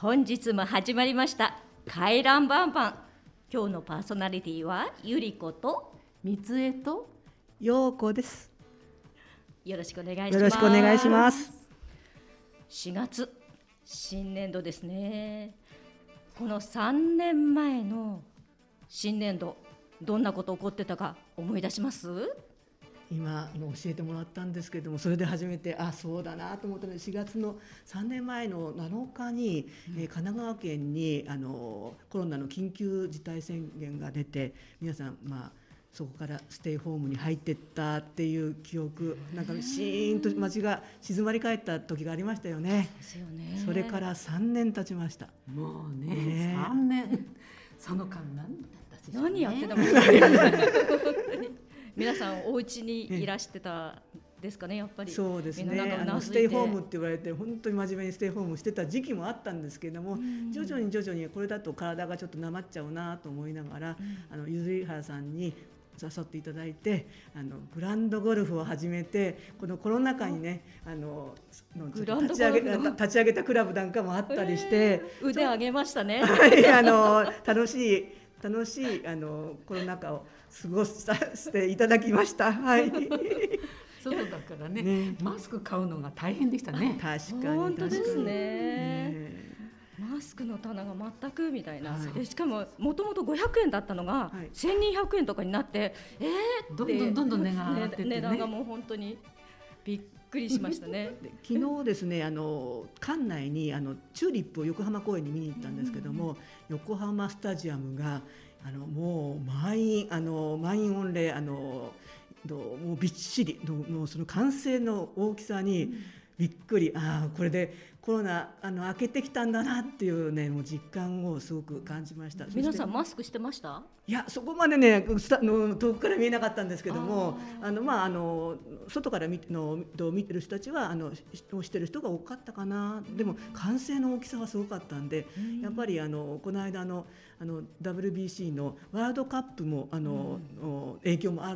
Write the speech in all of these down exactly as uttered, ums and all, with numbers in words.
本日も始まりました回覧バンバン。今日のパーソナリティはゆりことみつえとようこです。 よろしくお願いします。 よろしくお願いします。 しがつ新年度ですね。このさんねんまえの新年度どんなこと起こってたか思い出します？ 今あの教えてもらったんですけれども、それで初めてあそうだなと思ったので、しがつのさんねんまえのなのかに、うんえー、神奈川県にあのコロナの緊急事態宣言が出て、皆さん、まあ、そこからステイホームに入っていったっていう記憶、なんかシーンと街が静まり返った時がありましたよね。 ですよね。 それからさんねん経ちました。 もうね、ねさんねんその間何だったでしょうね。 何やってたのか皆さんお家にいらしてたですかね。やっぱりそうですね。あのステイホームって言われて本当に真面目にステイホームしてた時期もあったんですけれども、徐々に徐々にこれだと体がちょっとなまっちゃうなと思いながら、あのゆずりはらさんに誘っていただいて、あのグランドゴルフを始めて、このコロナ禍にね、あの立ち上げ立ち上げたクラブなんかもあったりして、えー、腕上げましたね。 はい、あの楽しい楽しいあのコロナ禍を過ごさせていただきました。はい。 そうだからね、ね、マスク買うのが大変でしたね。 確かに本当ですね。 ね、 マスクの棚が全くみたいな。でしかももともとごひゃくえんだったのが、はい、せんにひゃくえんとかになって、えー、 どんどんどんどん値が上がってってね、 値段がもう本当にびっくりしましたね。 昨日ですね、あの館内にあのチューリップを横浜公園に見に行ったんですけども、横浜スタジアムがあのもう満員あの満員御礼、あのもうびっしり、もうその歓声の大きさにびっくり、ああこれでコロナあの明けてきたんだなっていうね、もう実感をすごく感じました。 皆さんマスクしてました？ いや、そこまでねの遠くから見えなかったんですけども、あの、まあ、あの外から見の見てる人たちはあのしてる人が多かったかな。でも歓声の大きさはすごかったんで、やっぱりあのこの間のあの ダブリュービーシー のワールドカップもあの、うん、影響もあって、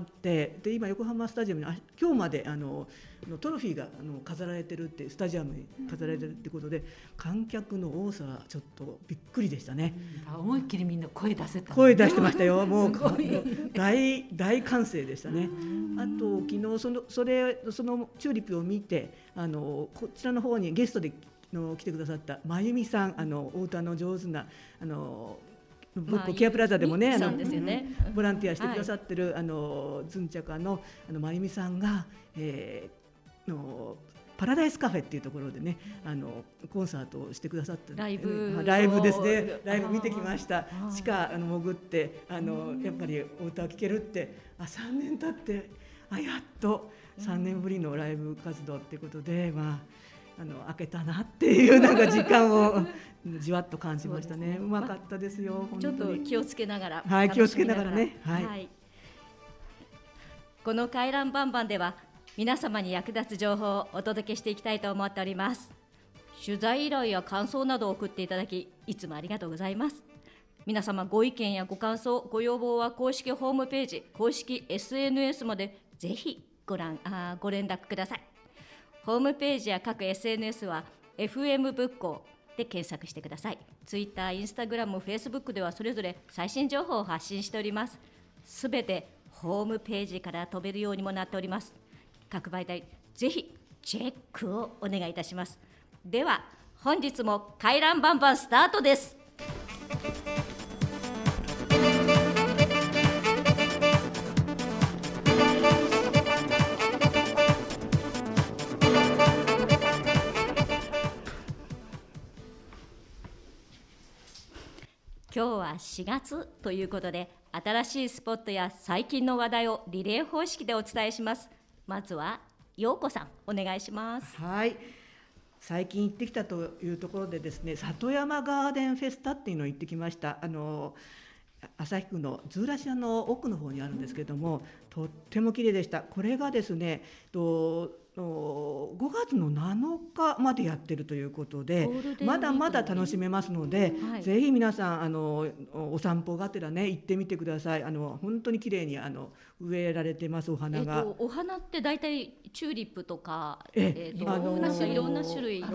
で今横浜スタジアムに今日まであのトロフィーがあの飾られてるって、スタジアムに飾られてるってことで、観客の多さはちょっとびっくりでしたね。 うん、思いっきりみんな声出せた、ね、 声出してましたよ。もう大大歓声でしたね。あと昨日そのそれそのチューリップを見て、あのこちらの方にゲストでの来てくださったまゆみさん、あのお歌の上手なあのケアプラザでもね、あのボランティアしてくださってる、はい、あのズンチャカのあのまゆみさんが、えー、のパラダイスカフェっていうところでね、あのコンサートをしてくださってライブ、 ライブですね。ライブ見てきました。地下あの潜ってあのやっぱりお歌を聴けるって、あさんねん経ってあやっとさんねんぶりのライブ活動っていうことで、まああの開けたなっていうなんか時間をじわっと感じましたね。うまかったですよ。 ちょっと気をつけながら、 はい、気をつけながらね。はい。はい、 この回覧バンバンでは皆様に役立つ情報をお届けしていきたいと思っております。取材依頼や感想などを送っていただき、いつもありがとうございます。皆様ご意見やご感想、ご要望は公式ホームページ、公式 エスエヌエス までぜひご覧あご連絡ください。ホームページや各 エスエヌエス は エフエム 仏教で検索してください。Twitter、Instagram、Facebook ではそれぞれ最新情報を発信しております。すべてホームページから飛べるようにもなっております。各媒体ぜひチェックをお願いいたします。では本日も回覧バンバンスタートです。今日はしがつということで、新しいスポットや最近の話題をリレー方式でお伝えします。まずはようこさん、お願いします。 はい、最近行ってきたというところでですね、里山ガーデンフェスタっていうのを行ってきました。あの旭区のズーラシアの奥の方にあるんですけれども、とっても綺麗でした。これがですね、とごがつのなのかまでやってるということで、まだまだ楽しめますので、はい、ぜひ皆さんあのお散歩がてらね行ってみてください。あの本当に綺麗にあの植えられてますお花が。 えっと、お花って大体チューリップとか、 ええっと、いろんな種類あるんですよね。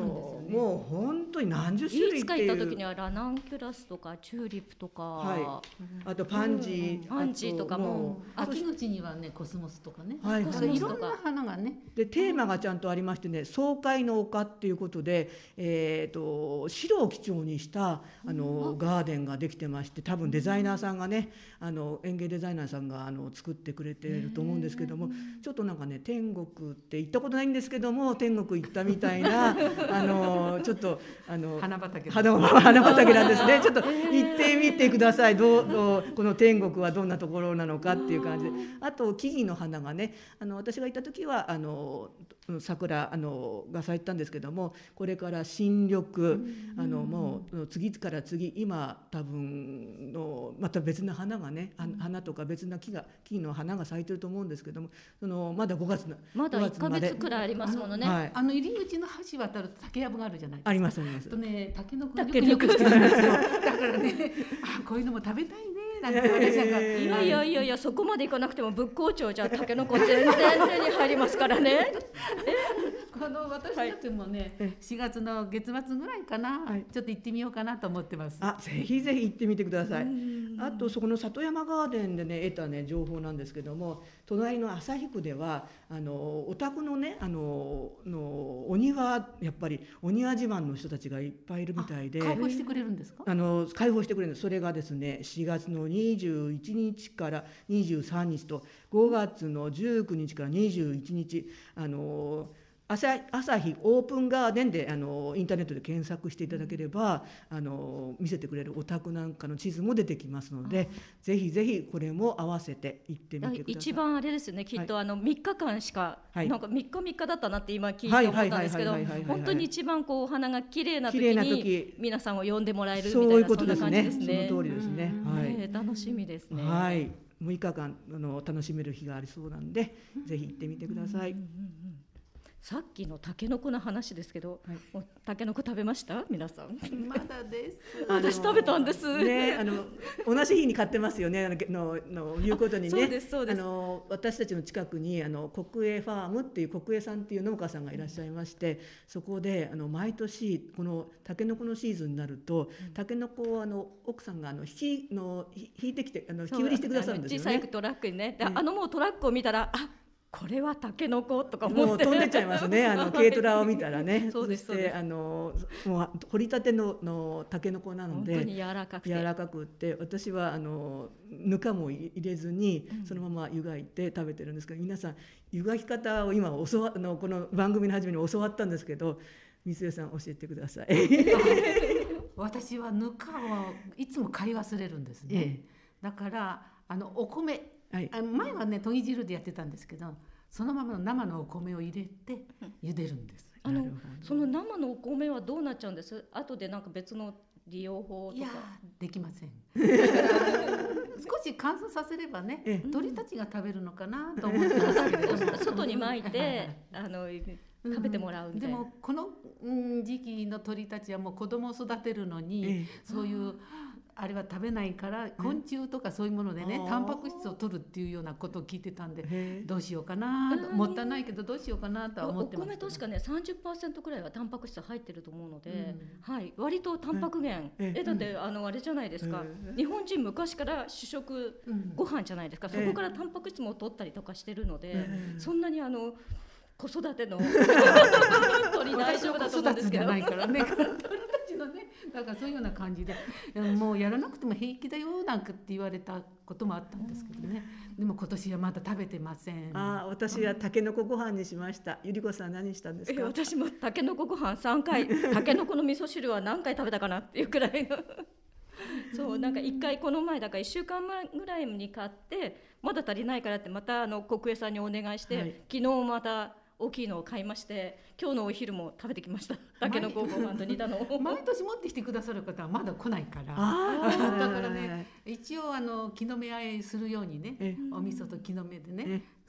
もう本当に何十種類っていう。 いつか行った時にはラナンキュラスとかチューリップとか、 はい、あとパンジー、 うん、パンジーとかも、 秋口にはねコスモスとかね、 はい、 コスモスとかいろんな花がね。 でテーマがちゃんとありましてね、爽快の丘っていうことで、えー、と白を基調にしたあのガーデンができてまして、多分デザイナーさんがね、あの園芸デザイナーさんがあの作ってくれていると思うんですけども、ちょっとなんかね天国って行ったことないんですけども、天国行ったみたいなあのちょっとあの花畑花畑なんですね。ちょっと行ってみてください。どうどうこの天国はどんなところなのかっていう感じで、あと木々の花がね、あの私が行った時はあの桜あのが咲いたんですけども、これから新緑、あのもう次から次、今多分のまた別な花がね、花とか別な木が木の花が咲いてると思うんですけども、そのまだごがつのまだいっかげつくらいありますものね。 はい、 あの入り口の橋渡ると竹やぶがあるじゃないですか。 ありますあります。 とね、タケノコよくよくしてるんですよ。だからね、あこういうのも食べたいねなんて私なんか、 いやいやいやいや、そこまで行かなくても仏光町じゃタケノコ全然手に入りますからね。 この私たちもね、はい、しがつの月末ぐらいかな、はい、ちょっと行ってみようかなと思ってます。 あ、ぜひぜひ行ってみてください。あとそこの里山ガーデンでね得たね情報なんですけども、隣の旭区ではあのお宅のねあののお庭、やっぱりお庭自慢の人たちがいっぱいいるみたいで、 開放してくれるんですか？ あの開放してくれるんです。それがですねしがつのにじゅういちにちからにじゅうさんにちとごがつのじゅうくにちからにじゅういちにち、あの朝日オープンガーデンであのインターネットで検索していただければ、あの見せてくれるお宅なんかの地図も出てきますので、ぜひぜひこれも合わせて行ってみてください。 一番あれですよね、きっと、はい、あのみっかかんしか、はい、なんかみっかみっかだったなって今聞いて思ったんですけど、本当に一番こうお花が綺麗な時に皆さんを呼んでもらえるみたいな、 そういうことですね。 そんな感じですね。 その通りですね。はい、 えー、楽しみですね。 はい、むいかかんあの楽しめる日がありそうなんで、ぜひ行ってみてください。うんうんうん、 さっきのタケノコの話ですけど、はい、もうタケノコ食べました皆さん？ まだです。 私食べたんです。 ね、あの同じ日に買ってますよね。ののいうことにね。 そうですそうです。 あの私たちの近くにあの国営ファームっていう国営さんっていう農家さんがいらっしゃいまして、そこであの毎年このタケノコのシーズンになると、タケノコをあの奥さんがあの引きの引いてきてあの引き売りしてくださるんですよね。 小さいトラックにね。で、ね、あのもうトラックを見たら、あ、これはタケノコとか思ってもう飛んでっちゃいますね。あの軽トラを見たらね。 そうですそうです。 あのもう掘りたてののタケノコなので、 本当に柔らかくて柔らかくって、私はあのぬかも入れずにそのまま湯がいて食べてるんですけど、うん、皆さん湯がき方を今教わあのこの番組の初めに教わったんですけど、光代さん教えてください。 私はぬかをいつも買い忘れるんですね。ええ、だからあのお米、はい、あ前はねとぎ汁でやってたんですけど、そのままの生のお米を入れて茹でるんです。 あのその生のお米はどうなっちゃうんです？後でなんか別の利用法とか。 いやできません。少し乾燥させればね、ええ、鳥たちが食べるのかなと思ってますけど、 外に撒いてあの食べてもらうんで、 うん、でもこの、うん、時期の鳥たちはもう子供を育てるのに、ええ、そういうあれは食べないから昆虫とかそういうものでね、タンパク質を取るっていうようなことを聞いてたんで、どうしようかな、もったいないけどどうしようかなとは思ってますけど、 お米確かね さんじゅっパーセント くらいはタンパク質入ってると思うので、うん、はい、割とタンパク源、ええだってあのあれじゃないですか、え日本人昔から主食、うん、ご飯じゃないですか、そこからタンパク質も取ったりとかしてるので、えそんなにあの子育ての鳥大丈夫だと思うんですけど、 私の子育てじゃないからね鳥たちのね、だからそういうような感じでもうやらなくても平気だよなんかって言われたこともあったんですけどね、でも今年はまだ食べてません。 あ、私はたけのこご飯にしました。ゆり子さん何したんですか？ 私もたけのこご飯さんかい、たけのこの味噌汁は何回食べたかなっていうくらいのそう、なんかいっかいこの前だからいっしゅうかんまえぐらいに買って、まだ足りないからってまたあの国営さんにお願いして、はい、昨日また大きいのを買いまして、今日のお昼も食べてきました。たけのこご飯と煮たのを毎年持ってきてくださる方はまだ来ないからだからね、一応あの木の芽和えするようにね、お味噌と木の芽でね、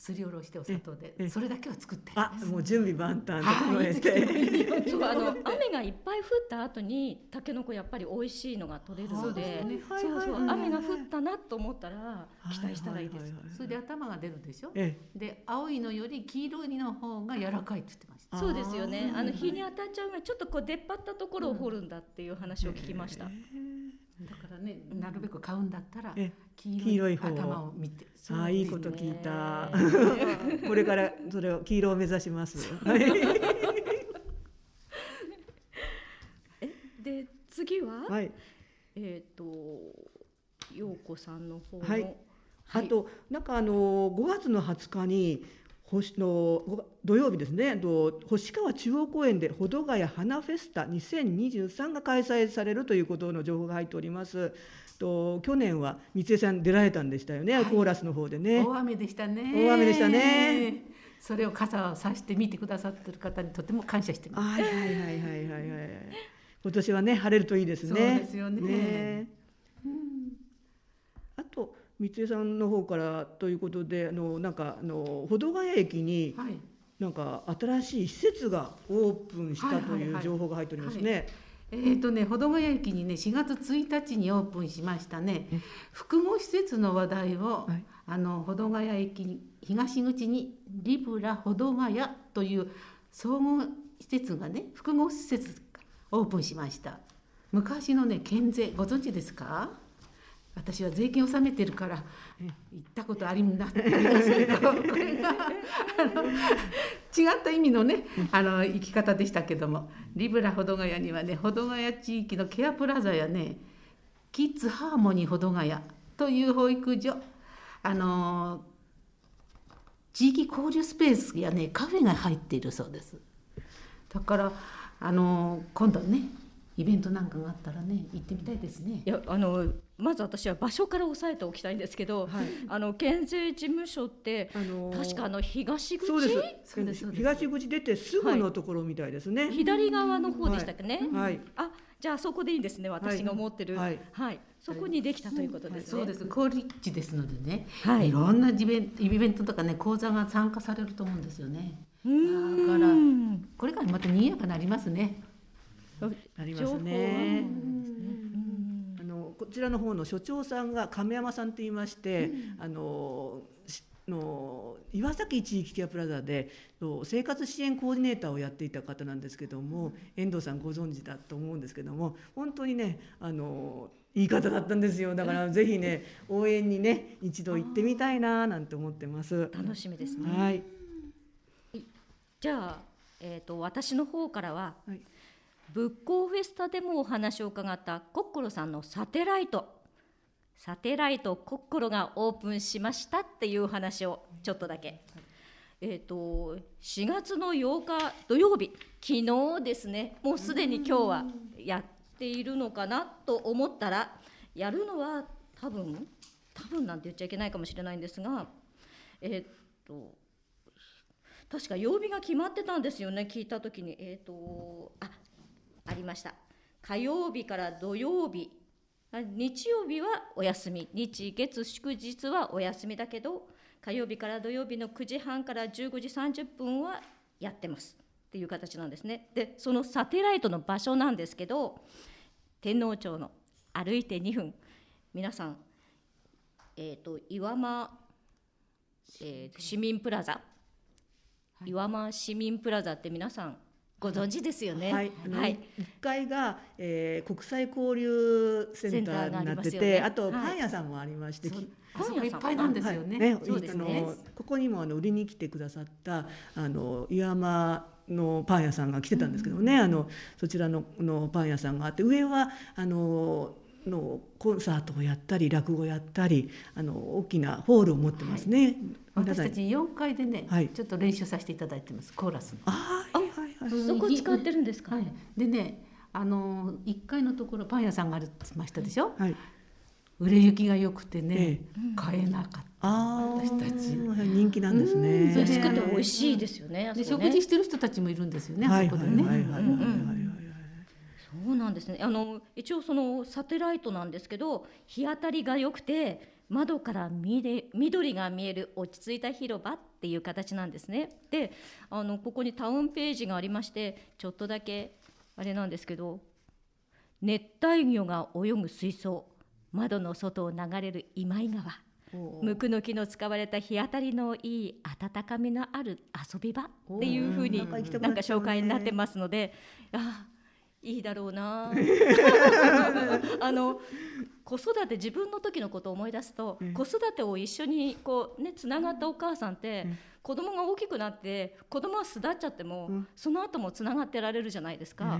すりおろしてお砂糖でそれだけは作ってあもう準備万端整えてそうあの雨がいっぱい降った後にたけのこやっぱり美味しいのが取れるので、そうそう雨が降ったなと思ったら期待したらいいです。 それで頭が出るでしょ。で青いのより黄色いの方が柔らかいって言ってました。 そうですよね。あの日に当たっちゃうがちょっとこう出っ張ったところを掘るんだっていう話を聞きました。 だからね、なるべく買うんだったら黄色い方頭を見て。 ああいいこと聞いた。これからそれを黄色を目指します。 えで次は、 はい、 えっ、ー、と陽子さんの方の、 はいはい、あとなんかあのごがつのはつかに星の土曜日ですね、星川中央公園で保土ヶ谷花フェスタにせんにじゅうさんが開催されるということの情報が入っております。と去年は三江さん出られたんでしたよね、はい、コーラスの方でね。 大雨でしたね。 大雨でしたね。 それを傘をさして見てくださっている方にとても感謝してます。 はいはいはいはいはいはい。今年はね晴れるといいですね。 そうですよね。ね、 うん、あと三江さんの方からということで、あのなんかあの保土ヶ谷駅に、はい、なんか新しい施設がオープンしたという情報が入っておりますね。はいはいはい、 えーとね、保土ヶ谷駅にねしがつついたちにオープンしましたね。複合施設の話題を、はい、あの保土ヶ谷駅東口にリブラ保土ヶ谷という総合施設がね複合施設がオープンしました。昔のね県税ご存知ですか？私は税金を納めてるから行ったことありんなって言いますけどこれがあの違った意味のねあの生き方でしたけども、リブラ保土ヶ谷にはね保土ヶ谷地域のケアプラザやねキッズハーモニー保土ヶ谷という保育所、あの地域交流スペースやねカフェが入っているそうです。だからあの今度ねイベントなんかがあったらね行ってみたいですね。 いやあのまず私は場所から押さえておきたいんですけど、はい、あの県税事務所って、あのー、確かあの東口、 そうですそうです東口出てすぐのところみたいですね。はい、 左側の方でしたっけね。 はい、 あじゃあそこでいいんですね。私が思ってる、はいはい、そこにできたということですね。 はい、そうです高立地ですのでね、はい、いろんなイベント、イベントとかね講座が参加されると思うんですよね。だからこれからまた賑やかになりますね。 なりますね。あのこちらの方の所長さんが亀山さんと言いまして、うん、あのの岩崎地域ケアプラザで生活支援コーディネーターをやっていた方なんですけども、うん、遠藤さんご存知だと思うんですけども、本当にねあのいい方だったんですよ。だからぜひね応援にね一度行ってみたいななんて思ってます。 楽しみですね。 はい、 じゃあ、えーと、私の方からは、はい、仏光フェスタでもお話を伺ったコッコロさんのサテライトサテライトコッコロがオープンしましたっていう話をちょっとだけ、はい、えーとしがつのようか土曜日昨日ですね、もうすでに今日はやっているのかなと思ったら、やるのは多分多分なんて言っちゃいけないかもしれないんですが、えーと確か曜日が決まってたんですよね。聞いた時にえーとあありました。火曜日から土曜日、日曜日はお休み、日月祝日はお休みだけど、火曜日から土曜日のくじはんからじゅうごじさんじゅっぷんはやってますっていう形なんですね。でそのサテライトの場所なんですけど、天王町の歩いてにふん、皆さん、えーと岩間、えー、市民プラザ、はい、岩間市民プラザって皆さんご存知ですよね。 はい、はい、いっかいが、えー、国際交流センターになってて、ね、あとパン屋さんもありまして、はい、 パン屋いっぱいなんですよね。 はいね、そうですね。ここにもあの売りに来てくださったあの岩間のパン屋さんが来てたんですけどね、うん、あのそちら の, のパン屋さんがあって、上はあののコンサートをやったり落語やったり、あの大きなホールを持ってますね。 はい、私たちよんかいでね、はい、ちょっと練習させていただいてます、コーラスの。 ああ、はいはいはい、 そこ使ってるんですか。 はい、でね、あのいっかいのところパン屋さんがあるってましたでしょ。はい、売れ行きが良くてね、ええ、買えなかった。 私たち人気なんですね。 安くて美味しいですよね。 で食事してる人たちもいるんですよね、あそこでね。 なんですね。あの一応そのサテライトなんですけど、日当たりが良くて窓から緑が見える落ち着いた広場っていう形なんですね。で、あのここにタウンページがありまして、ちょっとだけあれなんですけど、熱帯魚が泳ぐ水槽、窓の外を流れる今井川、ムクノキの使われた日当たりのいい温かみのある遊び場っていう風になんか紹介になってますので、あいいだろうなあの子育て、自分の時のことを思い出すと、うん、子育てを一緒にこうねつながったお母さんって、うん、子供が大きくなって子供は巣立っちゃっても、うん、その後もつながってられるじゃないですか、うん、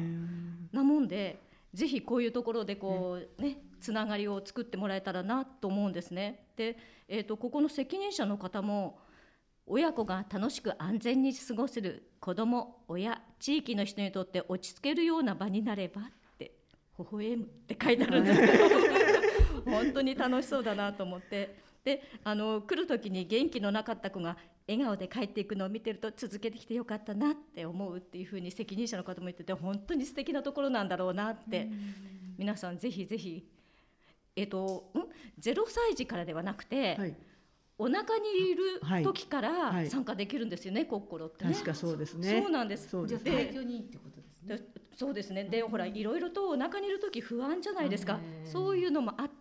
なもんでぜひこういうところでこう、ね、つながりを作ってもらえたらなと思うんですね。で、えーと、ここの責任者の方も、親子が楽しく安全に過ごせる子ども、親、地域の人にとって落ち着けるような場になればって微笑むって書いてあるんですけど本当に楽しそうだなと思って、であの来る時に元気のなかった子が笑顔で帰っていくのを見てると、続けてきてよかったなって思うっていうふうに責任者の方も言ってて、本当に素敵なところなんだろうなって、皆さんぜひぜひ、えっと、んゼロさい児からではなくて、はい、お腹にいる時から参加できるんですよね、はい、コッコロってね。 確かそうですね。 そうなんです。 そうです。じゃあ体調にいいってことですね。 そうですね。で、ほらいろいろとお腹にいる時不安じゃないですか。そういうのもあって、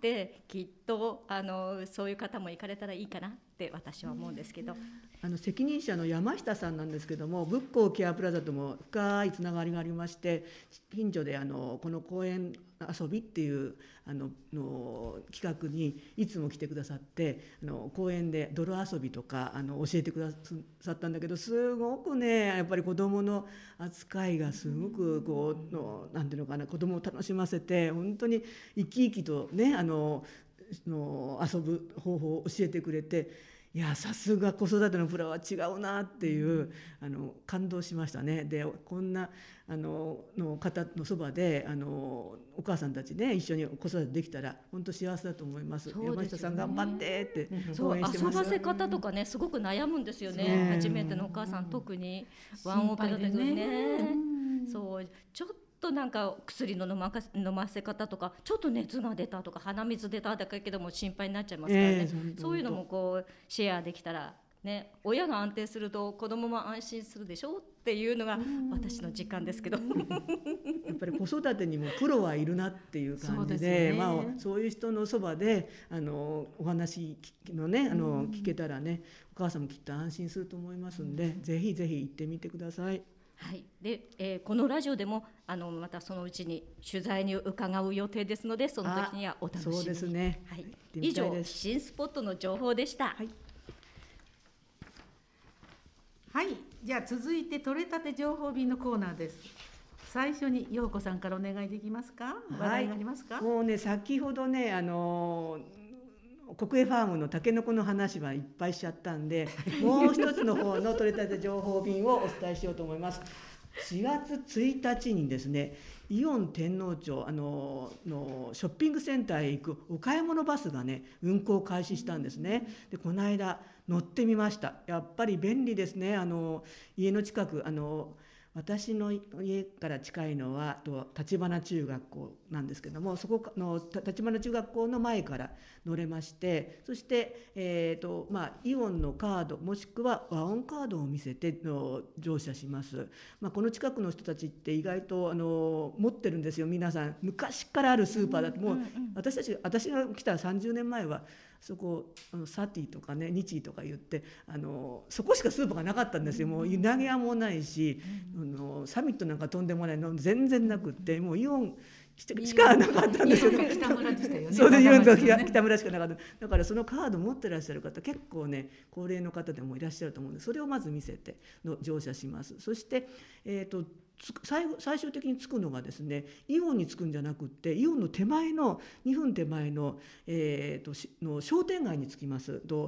きっとあのそういう方も行かれたらいいかなって私は思うんですけど、 あの責任者の山下さんなんですけども、仏光ケアプラザとも深いつながりがありまして、近所であのこの公園遊びっていうあのの企画にいつも来てくださって、あの公園で泥遊びとかあの教えてくださったんだけど、すごくねやっぱり子どもの扱いがすごくこうのなんていうのかな、子どもを楽しませて、本当に生き生きとねあのの遊ぶ方法を教えてくれて、いやさすが子育てのプラは違うなっていうあの感動しましたね。でこんなあのの方のそばであのお母さんたちね一緒に子育てできたら本当幸せだと思います。 そうですよね、 山下さん頑張ってって応援してます。遊ばせ方とかねすごく悩むんですよね、ね初めてのお母さん、特にワンオペだけどね、ねそうちょっととなんか薬の飲まか飲ませ方とか、ちょっと熱が出たとか鼻水出ただけども心配になっちゃいますからね、えー、そういうのもこうシェアできたらね、親が安定すると子供も安心するでしょうっていうのが私の実感ですけどやっぱり子育てにもプロはいるなっていう感じ で, で、ねまあ、そういう人のそばであのお話の、ね、あの聞けたらね、お母さんもきっと安心すると思いますんで、ぜひぜひ行ってみてください。 はいでえー、このラジオでもあのまたそのうちに取材に伺う予定ですので、その時にはお楽しみに。 そうですね、 はい、以上新スポットの情報でした。 はい、はい、じゃあ続いて取れたて情報便のコーナーです。最初に陽子さんからお願いできますか。話題がありますか。 はい、もうね先ほどねあのー国営ファームのタケノコの話はいっぱいしちゃったんでもう一つの方の取れたて情報便をお伝えしようと思います。しがつついたちにですね、イオン天王町あののショッピングセンターへ行くお買い物バスがね運行開始したんですね。でこの間乗ってみました。やっぱり便利ですね。あの家の近くあの私の家から近いのは立花中学校なんですけども、そこの立花中学校の前から乗れまして、そして、えーとまあ、イオンのカードもしくは和音カードを見せての乗車します。まあ、この近くの人たちって意外とあの持ってるんですよ。皆さん昔からあるスーパーだと、もう私たち私が来たさんじゅうねんまえはそこあのサティとかね日イとか言ってあのそこしかスーパーがなかったんですよ。もううなぎ屋もないし、うん、あのサミットなんかとんでもないの全然なくって、もうイオンしかなかったんですよ。 北村でしたよね。 そうでイオンと北村しかなかった。だからそのカード持ってらっしゃる方結構ね高齢の方でもいらっしゃると思うんで、それをまず見せての乗車します。そして、えーと最, 最終的に着くのがですね、イオンに着くんじゃなくってイオンの手前のにふん手前の、えー、との商店街に着きますと、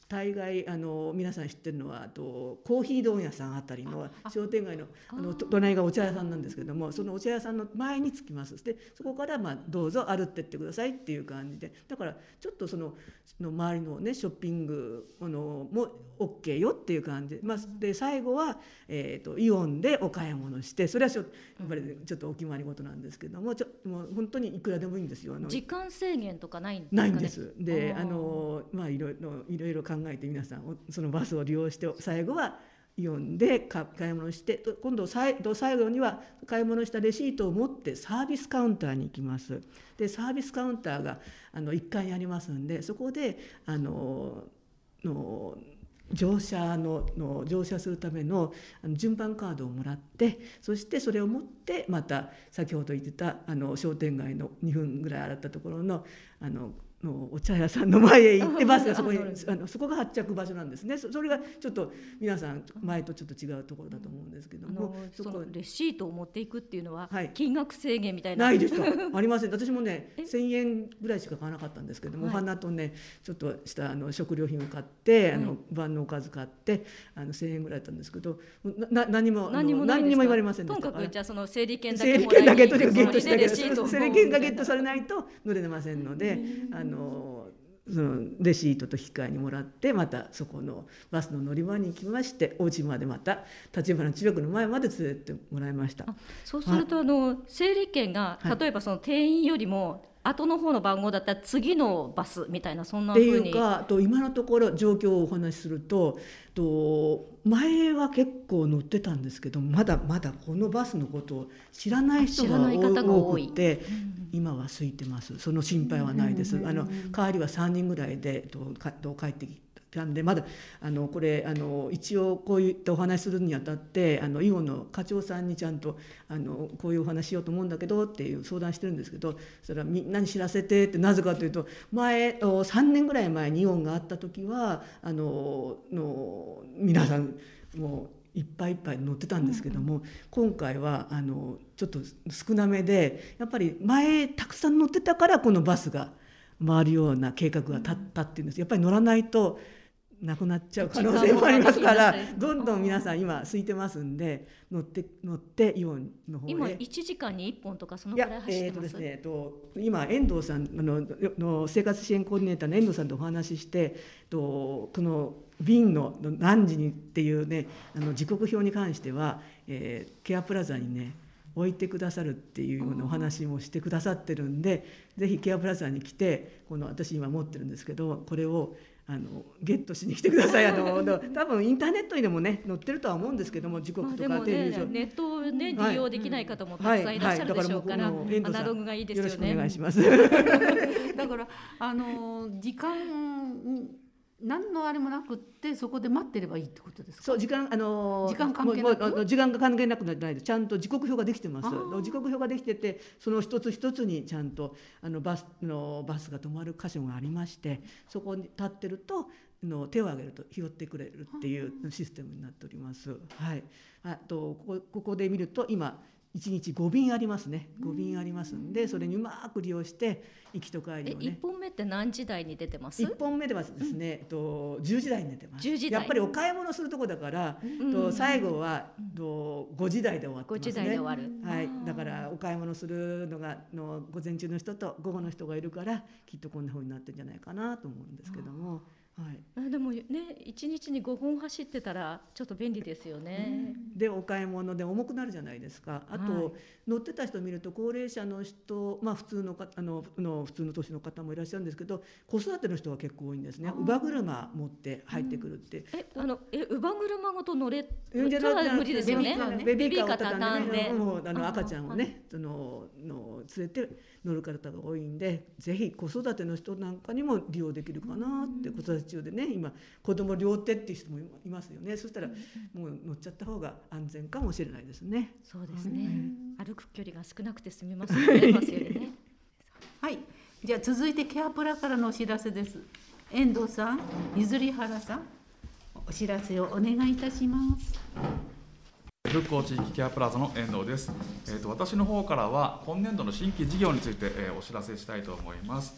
大概あの皆さん知ってるのはあとコーヒー問屋さんあたりの商店街 の, あの隣がお茶屋さんなんですけども、そのお茶屋さんの前に着きます。でそこからまあどうぞ歩ってってくださいっていう感じで、だからちょっとそのその周りのねショッピングあのも OK よっていう感じで、まあ、で最後は、えー、とイオンでお買い物して、それはちょやっぱりちょっとお決まり事なんですけども、ちょもう本当にいくらでもいいんですよ。あの時間制限とかないんですかね。 ないんです。であの、まあ、いろいろいろいろ考えて皆さんそのバスを利用して最後はイオンで買い物して、今度最後には買い物したレシートを持ってサービスカウンターに行きます。でサービスカウンターがあのいっかいにありますんで、そこであのの乗車のの乗車するための順番カードをもらって、そしてそれを持ってまた先ほど言ってたあの商店街のにふんぐらい歩ったところのあののお茶屋さんの前へ行って、バスがそこにあのそこが発着場所なんですね。 そ, それがちょっと皆さん前とちょっと違うところだと思うんですけども、 そこレシートを持っていくっていうのは、 はい、 金額制限みたいなないですかありません。私もねせんえんぐらいしか買わなかったんですけども、はい、お花とねちょっとしたあの食料品を買って、あの、はい、晩のおかず買ってあのせんえんぐらいだったんですけど、な何も何も何にも言われませんでした。 とにかくじゃあその整理券だけもらいに行くつもりでレシートを整理券がゲットされないと乗れませんので、あのそのレシートと引き換えにもらって、またそこのバスの乗り場に行きまして、お家までまた立花中学の前まで連れてってもらいました。 そうするとあの整理券が例えばその定員よりも後の方の番号だったら次のバスみたいな、そんな風にっていうかと今のところ状況をお話しすると、と前は結構乗ってたんですけど、まだまだこのバスのことを知らない人が多くて、今は空いてます。その心配はないです。あの帰りはさんにんぐらいでとかと帰ってきたんで、まだあのこれあの一応こういったお話するにあたってあのイオンの課長さんにちゃんとあのこういうお話しようと思うんだけどっていう相談してるんですけど、それはみんなに知らせてって、なぜかというと前さんねんぐらい前にイオンがあった時はあのの皆さんもういっぱいいっぱい乗ってたんですけども、うんうん、今回はあのちょっと少なめで、やっぱり前たくさん乗ってたからこのバスが回るような計画が立ったっていうんです。やっぱり乗らないとなくなっちゃう可能性もありますから、どんどん皆さん今空いてますんで乗って乗ってイオンの方へ。 今いちじかんにいっぽんとかそのくらい走ってます。いや、えーとですね、えーと今遠藤さんあのの生活支援コーディネーターの遠藤さんとお話しして、とこの便の何時にっていうねあの時刻表に関しては、えー、ケアプラザにね置いてくださるっていうようなお話もしてくださってるんで、ぜひケアプラザに来て、この私今持ってるんですけど、これをあのゲットしに来てください。あの多分インターネットにでもね載ってるとは思うんですけども、時刻とかテレビジョン、まあね、ネットを、ね、利用できない方もたくさんいらっしゃるでしょうから、はいはい、アナログがいいですよね。よろしくお願いしますだからあの時間何のあれもなくってそこで待ってればいいってことですか。 そう時間あの時間関係なく時間が関係なくないです。ちゃんと時刻表ができてます。時刻表ができてて、その一つ一つにちゃんとあのバスのバスが止まる箇所がありまして、そこに立ってるとの手を挙げると拾ってくれるっていうシステムになっております。はい。あとここ、ここで見ると今いちにちごびんありますね。ごびんありますんで、それにうまく利用して行きと帰りをね。 いっぽんめって何時台に出てます？ いっぽんめではですね、うん、とじゅうじ台に出てます。 じゅうじ台。 やっぱりお買い物するとこだから、うん、と最後はとごじ台で終わってますね。 ごじ台で終わる。 はい。だからお買い物するのがの午前中の人と午後の人がいるから、きっとこんな風になってるんじゃないかなと思うんですけども。はい、 でもねいちにちにごほん走ってたらちょっと便利ですよね、 うん、でお買い物で重くなるじゃないですか。あと、はい、乗ってた人見ると高齢者の人、まあ、普通のかあのの普通の年の方もいらっしゃるんですけど、子育ての人が結構多いんですね。乳母車持って入ってくるって、うん、 えあのえ乳母車ごと乗れそれは無理ですよね。 ベビーカーを畳んで、もうあの赤ちゃんをねそのの連れて乗る方が多いんで、ぜひ子育ての人なんかにも利用できるかなって、うん、子育て中でね今子供両手っていう人もいますよね。そしたらもう乗っちゃった方が安全かもしれないですね。 そうですね、うん、歩く距離が少なくて済みますよね。ますよねはい、じゃあ続いてケアプラからのお知らせです。遠藤さん、譲原さん、お知らせをお願いいたします。 復興地域ケアプラザの遠藤です。えーと、私の方からは今年度の新規事業について、えー、お知らせしたいと思います。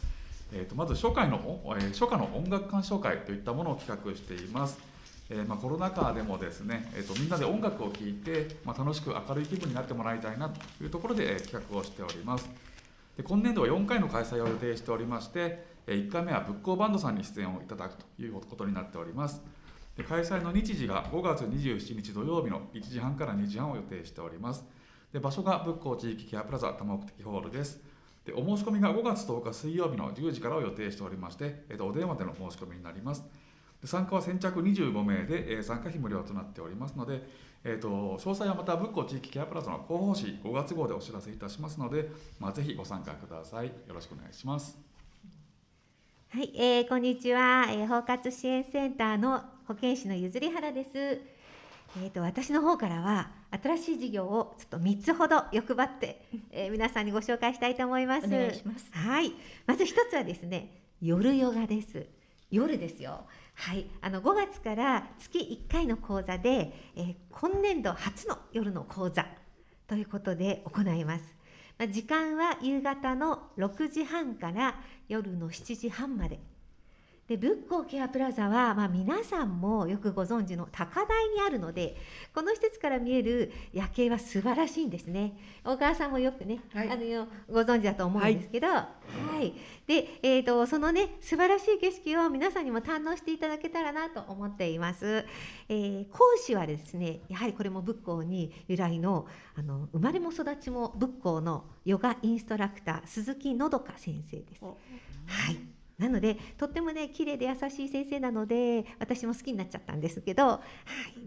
えー、とまず初回の、えー、初夏の音楽鑑賞会といったものを企画しています。えーまあ、コロナ禍でもですね、えー、とみんなで音楽を聴いて、まあ、楽しく明るい気分になってもらいたいなというところで、えー、企画をしております。で今年度はよんかいの開催を予定しておりまして、えー、いっかいめは仏光バンドさんに出演をいただくということになっております。で開催の日時がごがつにじゅうしちにち土曜日のいちじはんからにじはんを予定しております。で場所が仏光地域ケアプラザ多目的ホールです。でお申し込みがごがつとおか水曜日のじゅうじからを予定しておりまして、えー、とお電話での申し込みになります。で参加は先着にじゅうごめいで、えー、参加費無料となっておりますので、えー、と詳細はまた仏光地域ケアプラザの広報誌ごがつ号でお知らせいたしますので、まあ、ぜひご参加ください。よろしくお願いします。 はい、えー、こんにちは、えー、包括支援センターの保健師のゆずりはらです。えー、と私の方からは新しい事業をちょっとみっつほど欲張って、えー、皆さんにご紹介したいと思います。 お願いします。 はい、まず一つはですね、夜ヨガです。夜ですよ。はい、あのごがつから月いっかいの講座で、えー、今年度初の夜の講座ということで行います。まあ、時間は夕方のろくじはんから夜のしちじはんまで。で仏光ケアプラザは、まあ、皆さんもよくご存知の高台にあるので、この施設から見える夜景は素晴らしいんですね。小川さんもよくね、はい、あのご存知だと思うんですけど、はいはい、で、えーと、そのね素晴らしい景色を皆さんにも堪能していただけたらなと思っています。えー、講師はですね、やはりこれも仏光に由来の、あの生まれも育ちも仏光のヨガインストラクター鈴木のどか先生です。はい、なのでとってもね綺麗で優しい先生なので、私も好きになっちゃったんですけど、はい、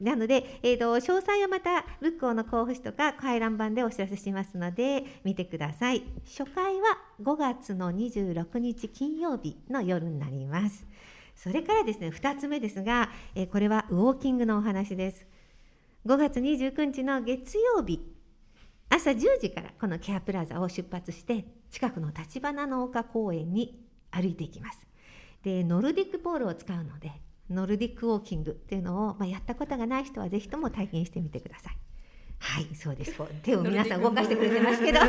なので、えーと、詳細はまた仏光の候補誌とか回覧板でお知らせしますので見てください。初回はごがつのにじゅうろくにち金曜日の夜になります。それからですね、ふたつめですが、えー、これはウォーキングのお話です。ごがつにじゅうくにちの月曜日朝じゅうじからこのケアプラザを出発して近くの立花の丘公園に歩いていきます。でノルディックポールを使うのでノルディックウォーキングっていうのを、まあ、やったことがない人はぜひとも体験してみてください。はい、そうです。こう手を皆さん動かしてくれてますけどはい、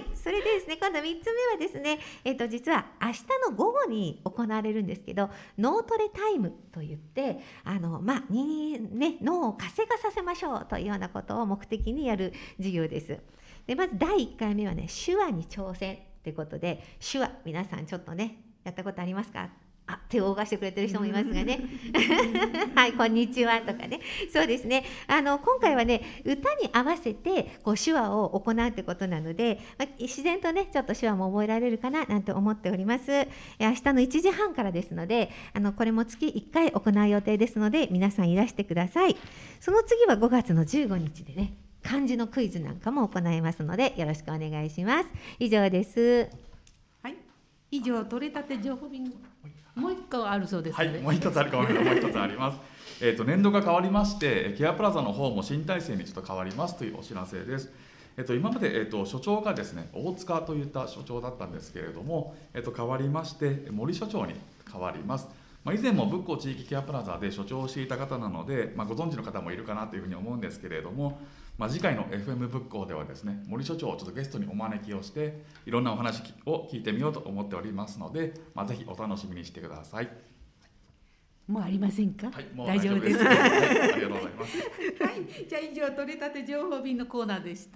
それでですね、今度みっつめはですね、えっと、実は明日の午後に行われるんですけど、脳トレタイムといってあの、まあにね、脳を活性化させましょうというようなことを目的にやる授業です。でまずだいいっかいめはね、手話に挑戦ということで、手話皆さんちょっとねやったことありますか？あ、手を動かしてくれてる人もいますがねはい、こんにちはとかね、そうですね、あの今回はね歌に合わせてこう手話を行うってことなので、まあ、自然とねちょっと手話も覚えられるかななんて思っております。え明日のいちじはんからですので、あのこれも月いっかい行う予定ですので皆さんいらしてください。その次はごがつのじゅうごにちでね、漢字のクイズなんかも行いますのでよろしくお願いします。以上です。 はい、以上取れたて情報便もう一個あるそうですね。 はい、もう一つあるかももう一つあります。えっと年度が変わりまして、ケアプラザの方も新体制にちょっと変わりますというお知らせです。えっと今までえっと所長がですね、大塚といった所長だったんですけれども、えっと変わりまして森所長に変わります。まあ、以前も仏光地域ケアプラザで所長をしていた方なので、まあ、ご存知の方もいるかなというふうに思うんですけれども、まあ、次回の エフエム 仏光ではですね、森所長をちょっとゲストにお招きをしていろんなお話を聞いてみようと思っておりますので、まあ、ぜひお楽しみにしてください。 もうありませんか？ はい、もう大丈夫です。 はい、ありがとうございます。 はい、じゃあ以上取れたて情報便のコーナーでした。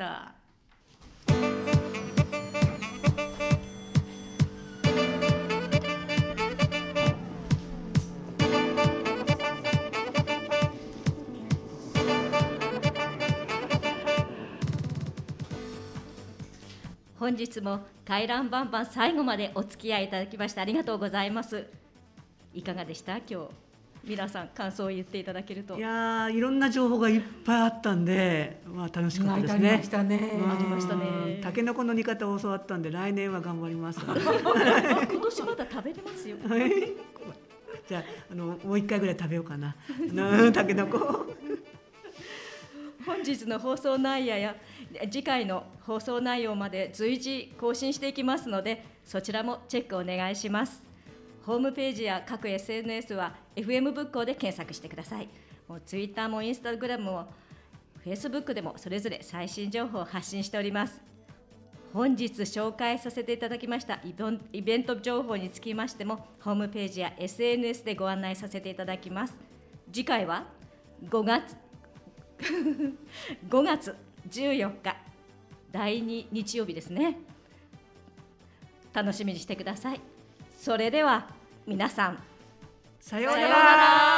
本日も回覧バンバン最後までお付き合いいただきましてありがとうございます。いかがでした？今日皆さん感想を言っていただけると。 いやいろんな情報がいっぱいあったんで、まあ、楽しかったですね。 ありましたね。 ありましたね。 タケノコの煮方を教わったんで来年は頑張ります。 今年まだ食べれますよ。 じゃあ、あのもう一回ぐらい食べようかな。タケノコ。 本日の放送内容や次回の放送内容まで随時更新していきますので、そちらもチェックお願いします。ホームページや各 エスエヌエス は エフエム 仏光で検索してください。もう Twitter も Instagram も Facebook でもそれぞれ最新情報を発信しております。 本日紹介させていただきましたイベンイベント情報につきましてもホームページや エスエヌエス でご案内させていただきます。次回はごがつごがつじゅうよっかだいに日曜日ですね。楽しみにしてください。それでは皆さんさようなさようなら。 ら。